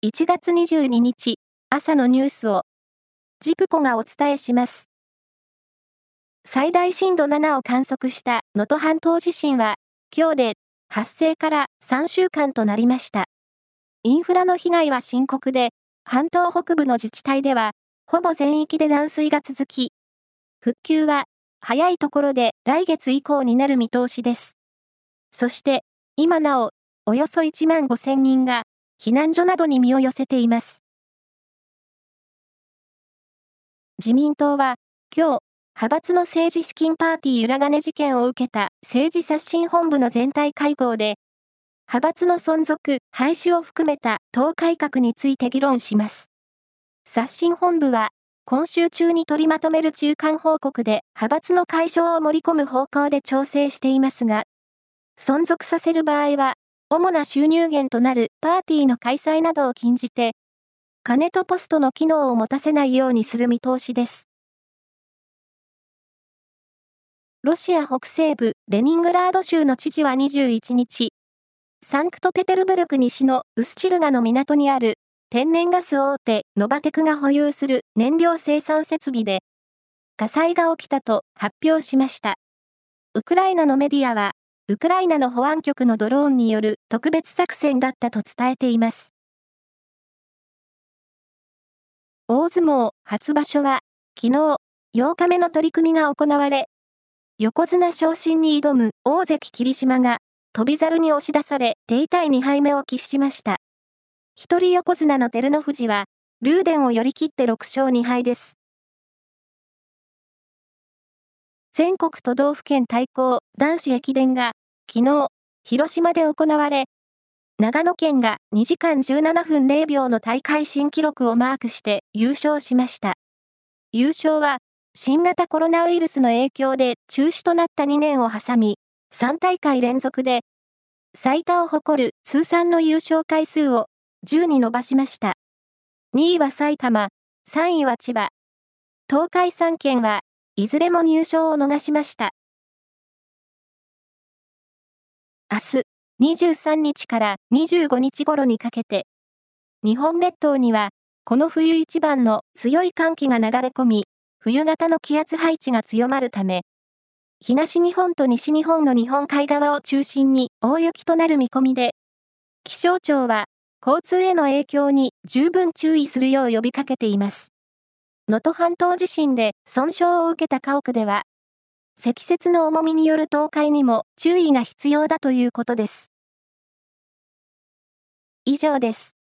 1月22日、朝のニュースを、ジプコがお伝えします。最大震度7を観測した能登半島地震は、今日で発生から3週間となりました。インフラの被害は深刻で、半島北部の自治体では、ほぼ全域で断水が続き、復旧は早いところで来月以降になる見通しです。そして、今なお、およそ1万5000人が、避難所などに身を寄せています。自民党は、今日、派閥の政治資金パーティー裏金事件を受けた政治刷新本部の全体会合で、派閥の存続、廃止を含めた党改革について議論します。刷新本部は、今週中に取りまとめる中間報告で派閥の解消を盛り込む方向で調整していますが、存続させる場合は、主な収入源となるパーティーの開催などを禁じて、金とポストの機能を持たせないようにする見通しです。ロシア北西部レニングラード州の知事は21日、サンクトペテルブルク西のウスチルガの港にある天然ガス大手ノバテクが保有する燃料生産設備で火災が起きたと発表しました。ウクライナのメディアは、ウクライナの保安局のドローンによる特別作戦だったと伝えています。大相撲初場所は、昨日、8日目の取り組みが行われ、横綱昇進に挑む大関霧島が、翔猿に押し出され、手痛い2敗目を喫しました。一人横綱の照ノ富士は、竜電を寄り切って6勝2敗です。全国都道府県対抗男子駅伝が、昨日、広島で行われ、長野県が2時間17分0秒の大会新記録をマークして優勝しました。優勝は、新型コロナウイルスの影響で中止となった2年を挟み、3大会連続で、最多を誇る通算の優勝回数を10に伸ばしました。2位は埼玉、3位は千葉。東海3県はいずれも入賞を逃しました。明日、23日から25日頃にかけて、日本列島には、この冬一番の強い寒気が流れ込み、冬型の気圧配置が強まるため、東日本と西日本の日本海側を中心に大雪となる見込みで、気象庁は交通への影響に十分注意するよう呼びかけています。能登半島地震で損傷を受けた家屋では、積雪の重みによる倒壊にも注意が必要だということです。以上です。